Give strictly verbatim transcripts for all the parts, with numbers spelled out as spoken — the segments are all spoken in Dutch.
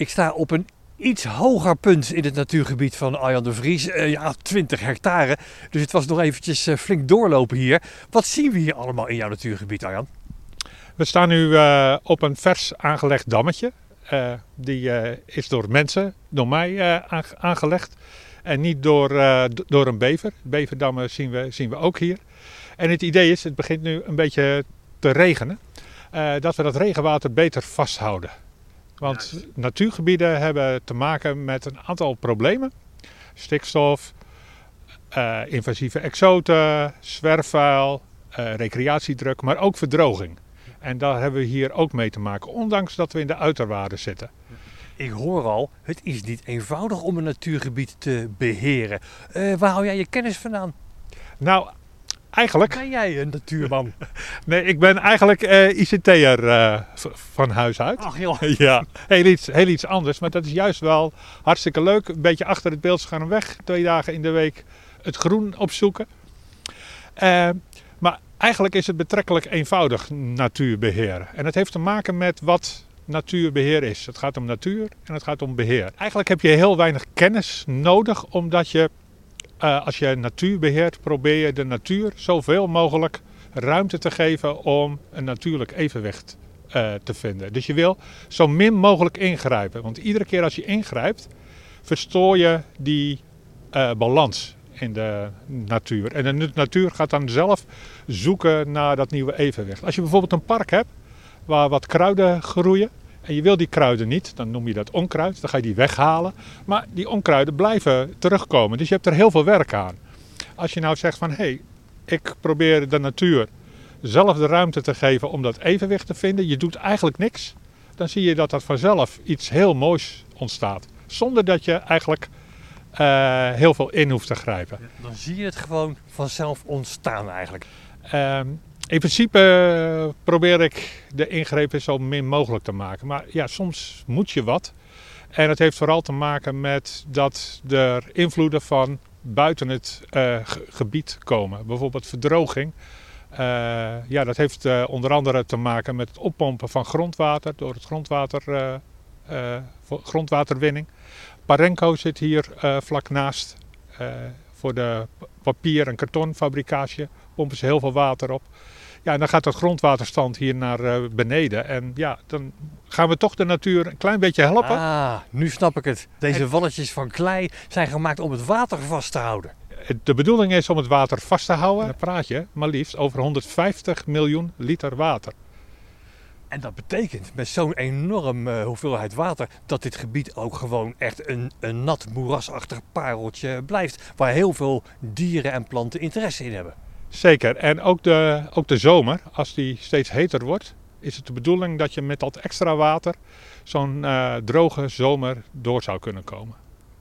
Ik sta op een iets hoger punt in het natuurgebied van Arjan de Vries. Uh, ja, twintig hectare. Dus het was nog eventjes uh, flink doorlopen hier. Wat zien we hier allemaal in jouw natuurgebied, Arjan? We staan nu uh, op een vers aangelegd dammetje. Uh, die uh, is door mensen, door mij uh, aangelegd. En niet door, uh, door een bever. Beverdammen zien we, zien we ook hier. En het idee is, het begint nu een beetje te regenen. Uh, dat we dat regenwater beter vasthouden. Want ja. Natuurgebieden hebben te maken met een aantal problemen. Stikstof, uh, invasieve exoten, zwerfvuil, uh, recreatiedruk, maar ook verdroging. En daar hebben we hier ook mee te maken, ondanks dat we in de uiterwaarden zitten. Ik hoor al, het is niet eenvoudig om een natuurgebied te beheren. Uh, waar hou jij je kennis vandaan? Nou, eigenlijk... Ben jij een natuurman? Nee, ik ben eigenlijk uh, I C T'er uh, van huis uit. Ach joh. Ja, heel iets, heel iets anders, maar dat is juist wel hartstikke leuk. Een beetje achter het beeldscherm weg, twee dagen in de week het groen opzoeken. Uh, maar eigenlijk is het betrekkelijk eenvoudig natuurbeheren. En het heeft te maken met wat natuurbeheer is. Het gaat om natuur en het gaat om beheer. Eigenlijk heb je heel weinig kennis nodig, omdat je, uh, als je natuur beheert, probeer je de natuur zoveel mogelijk ruimte te geven om een natuurlijk evenwicht uh, te vinden. Dus je wil zo min mogelijk ingrijpen. Want iedere keer als je ingrijpt, verstoor je die uh, balans in de natuur. En de natuur gaat dan zelf zoeken naar dat nieuwe evenwicht. Als je bijvoorbeeld een park hebt waar wat kruiden groeien en je wil die kruiden niet, dan noem je dat onkruid, dan ga je die weghalen. Maar die onkruiden blijven terugkomen, dus je hebt er heel veel werk aan. Als je nou zegt van, hé, hey, ik probeer de natuur zelf de ruimte te geven om dat evenwicht te vinden, je doet eigenlijk niks, dan zie je dat dat vanzelf iets heel moois ontstaat. Zonder dat je eigenlijk uh, heel veel in hoeft te grijpen. Ja, dan zie je het gewoon vanzelf ontstaan eigenlijk. Uh, In principe probeer ik de ingrepen zo min mogelijk te maken. Maar ja, soms moet je wat. En het heeft vooral te maken met dat er invloeden van buiten het uh, gebied komen. Bijvoorbeeld verdroging. Uh, ja, dat heeft uh, onder andere te maken met het oppompen van grondwater door het grondwater, uh, uh, grondwaterwinning. Parenco zit hier uh, vlak naast. Uh, voor de papier- en kartonfabricage pompen ze heel veel water op. Ja, en dan gaat dat grondwaterstand hier naar uh, beneden. En ja, dan gaan we toch de natuur een klein beetje helpen. Ah, nu snap ik het. Deze walletjes van klei zijn gemaakt om het water vast te houden. De bedoeling is om het water vast te houden. Dan praat je maar liefst over honderdvijftig miljoen liter water. En dat betekent met zo'n enorm uh, hoeveelheid water dat dit gebied ook gewoon echt een, een nat moerasachtig pareltje blijft. Waar heel veel dieren en planten interesse in hebben. Zeker. En ook de, ook de zomer, als die steeds heter wordt, is het de bedoeling dat je met dat extra water zo'n uh, droge zomer door zou kunnen komen.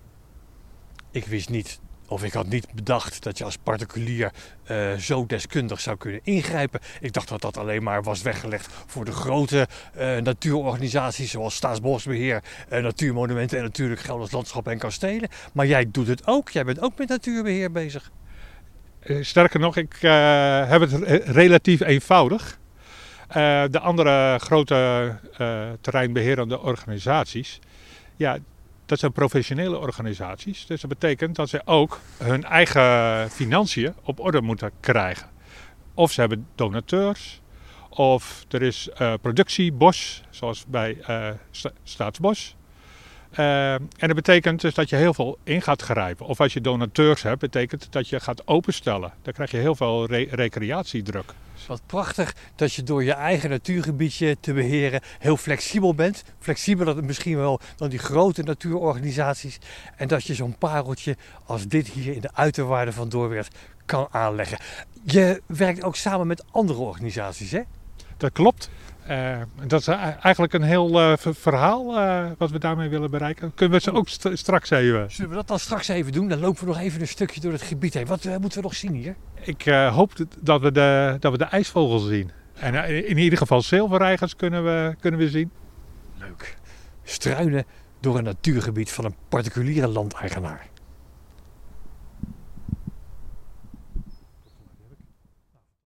Ik wist niet, of ik had niet bedacht dat je als particulier uh, zo deskundig zou kunnen ingrijpen. Ik dacht dat dat alleen maar was weggelegd voor de grote uh, natuurorganisaties zoals Staatsbosbeheer, uh, Natuurmonumenten en natuurlijk Geldersch Landschap en Kastelen. Maar jij doet het ook, jij bent ook met natuurbeheer bezig. Sterker nog, ik uh, heb het relatief eenvoudig. Uh, de andere grote uh, terreinbeherende organisaties, ja, dat zijn professionele organisaties. Dus dat betekent dat ze ook hun eigen financiën op orde moeten krijgen. Of ze hebben donateurs, of er is uh, productiebos, zoals bij uh, Sta- Staatsbos. Uh, en dat betekent dus dat je heel veel in gaat grijpen. Of als je donateurs hebt, betekent dat je gaat openstellen. Dan krijg je heel veel re- recreatiedruk. Wat prachtig dat je door je eigen natuurgebiedje te beheren heel flexibel bent. Flexibeler misschien wel dan die grote natuurorganisaties. En dat je zo'n pareltje als dit hier in de uiterwaarden van Doorwerth kan aanleggen. Je werkt ook samen met andere organisaties, hè? Dat klopt. Uh, dat is eigenlijk een heel uh, verhaal uh, wat we daarmee willen bereiken. Kunnen we ze ook st- straks even... Zullen we dat dan straks even doen? Dan lopen we nog even een stukje door het gebied heen. Wat uh, moeten we nog zien hier? Ik uh, hoop dat we, de, dat we de ijsvogels zien. En uh, in ieder geval zilverreigers kunnen we, kunnen we zien. Leuk. Struinen door een natuurgebied van een particuliere landeigenaar.